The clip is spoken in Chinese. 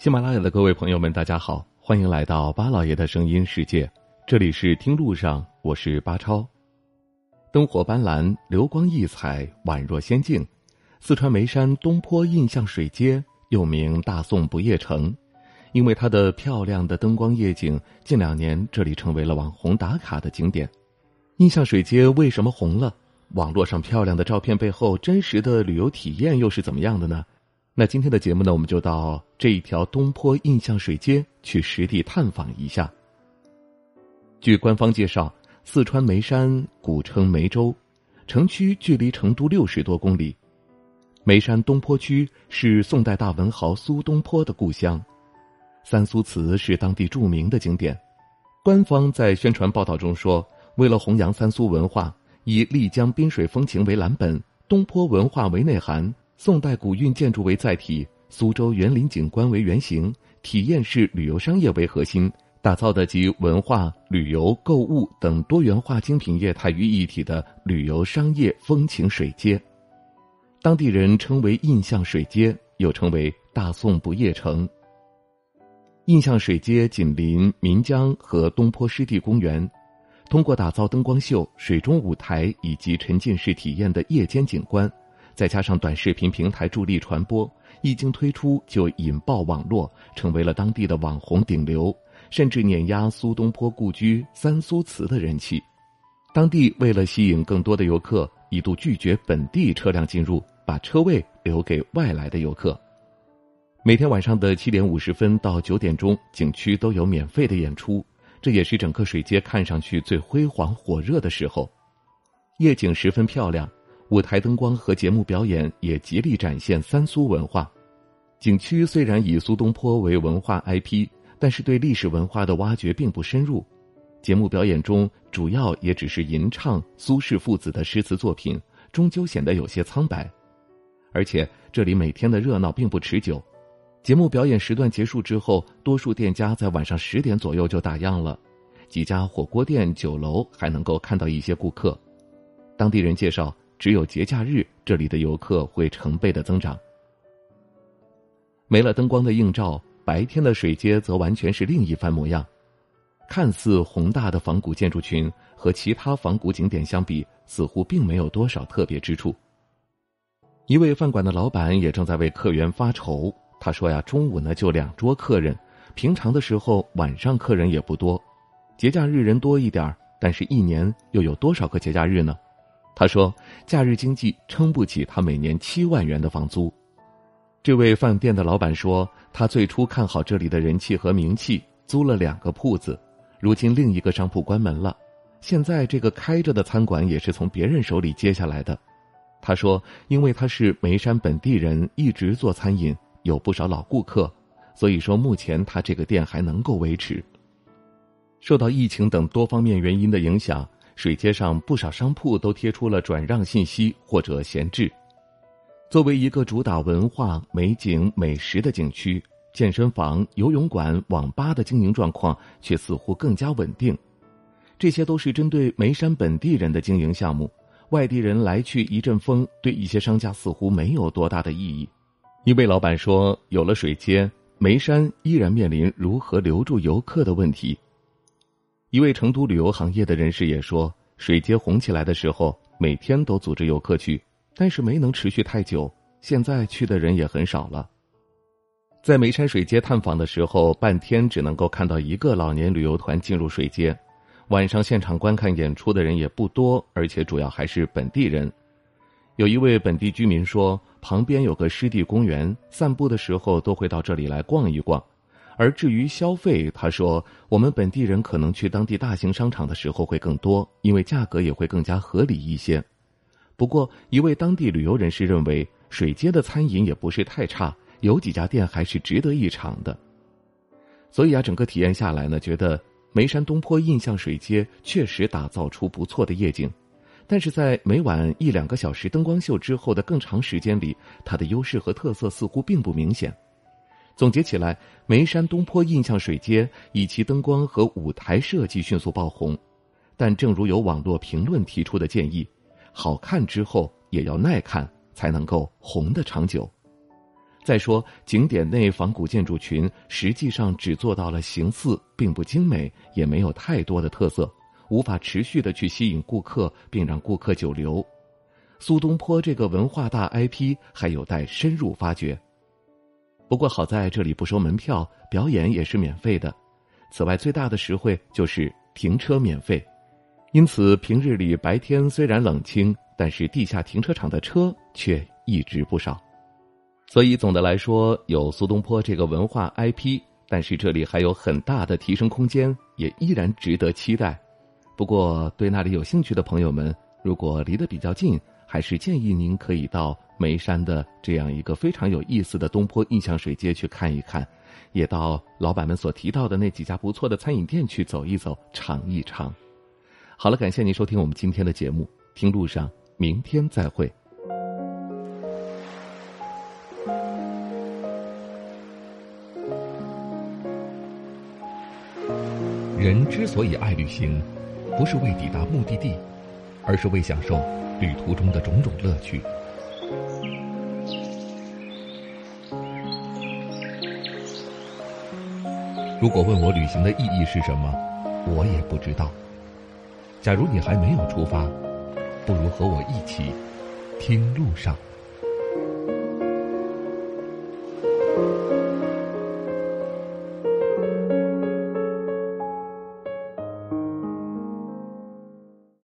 喜马拉雅的各位朋友们，大家好，欢迎来到巴老爷的声音世界，这里是听路上，我是巴超。灯火斑斓，流光溢彩，宛若仙境。四川眉山东坡印象水街又名大宋不夜城，因为它的漂亮的灯光夜景，近2年这里成为了网红打卡的景点。印象水街为什么红了？网络上漂亮的照片背后，真实的旅游体验又是怎么样的呢？那今天的节目呢，我们就到这一条东坡印象水街去实地探访一下。据官方介绍，四川眉山古称眉州，城区距离成都60多公里。眉山东坡区是宋代大文豪苏东坡的故乡，三苏祠是当地著名的景点。官方在宣传报道中说，为了弘扬三苏文化，以丽江滨水风情为蓝本，东坡文化为内涵，宋代古韵建筑为载体，苏州园林景观为原型，体验式旅游商业为核心，打造的集文化、旅游、购物等多元化精品业态于一体的旅游商业风情水街。当地人称为印象水街，又称为大宋不夜城。印象水街紧邻岷江和东坡湿地公园，通过打造灯光秀、水中舞台以及沉浸式体验的夜间景观，再加上短视频平台助力传播，一经推出就引爆网络，成为了当地的网红顶流，甚至碾压苏东坡故居三苏祠的人气。当地为了吸引更多的游客，一度拒绝本地车辆进入，把车位留给外来的游客。每天晚上的7点50分到9点钟，景区都有免费的演出，这也是整个水街看上去最辉煌火热的时候。夜景十分漂亮，舞台灯光和节目表演也极力展现三苏文化。景区虽然以苏东坡为文化 IP， 但是对历史文化的挖掘并不深入。节目表演中主要也只是吟唱苏轼父子的诗词作品，终究显得有些苍白。而且这里每天的热闹并不持久，节目表演时段结束之后，多数店家在晚上10点左右就打烊了，几家火锅店、酒楼还能够看到一些顾客。当地人介绍，只有节假日，这里的游客会成倍的增长。没了灯光的映照，白天的水街则完全是另一番模样。看似宏大的仿古建筑群和其他仿古景点相比，似乎并没有多少特别之处。一位饭馆的老板也正在为客源发愁，他说呀，中午呢就2桌客人，平常的时候晚上客人也不多，节假日人多一点，但是一年又有多少个节假日呢？他说，假日经济撑不起他每年7万元的房租。这位饭店的老板说，他最初看好这里的人气和名气，租了2个铺子，如今另一个商铺关门了，现在这个开着的餐馆也是从别人手里接下来的。他说，因为他是眉山本地人，一直做餐饮，有不少老顾客，所以说目前他这个店还能够维持。受到疫情等多方面原因的影响，水街上不少商铺都贴出了转让信息或者闲置。作为一个主打文化、美景、美食的景区，健身房、游泳馆、网吧的经营状况却似乎更加稳定。这些都是针对眉山本地人的经营项目，外地人来去一阵风，对一些商家似乎没有多大的意义。一位老板说，有了水街，眉山依然面临如何留住游客的问题。一位成都旅游行业的人士也说，水街红起来的时候，每天都组织游客去，但是没能持续太久，现在去的人也很少了。在眉山水街探访的时候，半天只能够看到1个老年旅游团进入水街，晚上现场观看演出的人也不多，而且主要还是本地人。有一位本地居民说，旁边有个湿地公园，散步的时候都会到这里来逛一逛。而至于消费，他说，我们本地人可能去当地大型商场的时候会更多，因为价格也会更加合理一些。不过一位当地旅游人士认为，水街的餐饮也不是太差，有几家店还是值得一尝的。所以整个体验下来呢，觉得眉山东坡印象水街确实打造出不错的夜景，但是在每晚1-2个小时灯光秀之后的更长时间里，它的优势和特色似乎并不明显。总结起来，眉山东坡印象水街以其灯光和舞台设计迅速爆红，但正如有网络评论提出的建议，好看之后也要耐看，才能够红得长久。 再说，景点内仿古建筑群实际上只做到了形似，并不精美，也没有太多的特色，无法持续的去吸引顾客，并让顾客久留。苏东坡这个文化大 IP 还有待深入发掘。不过好在这里不收门票，表演也是免费的。此外，最大的实惠就是停车免费，因此平日里白天虽然冷清，但是地下停车场的车却一直不少。所以总的来说，有苏东坡这个文化 IP， 但是这里还有很大的提升空间，也依然值得期待。不过对那里有兴趣的朋友们，如果离得比较近，还是建议您可以到眉山的这样一个非常有意思的东坡印象水街去看一看，也到老板们所提到的那几家不错的餐饮店去走一走，尝一尝。好了，感谢您收听我们今天的节目，听路上，明天再会。人之所以爱旅行，不是为抵达目的地，而是为享受旅途中的种种乐趣。如果问我旅行的意义是什么，我也不知道。假如你还没有出发，不如和我一起听路上。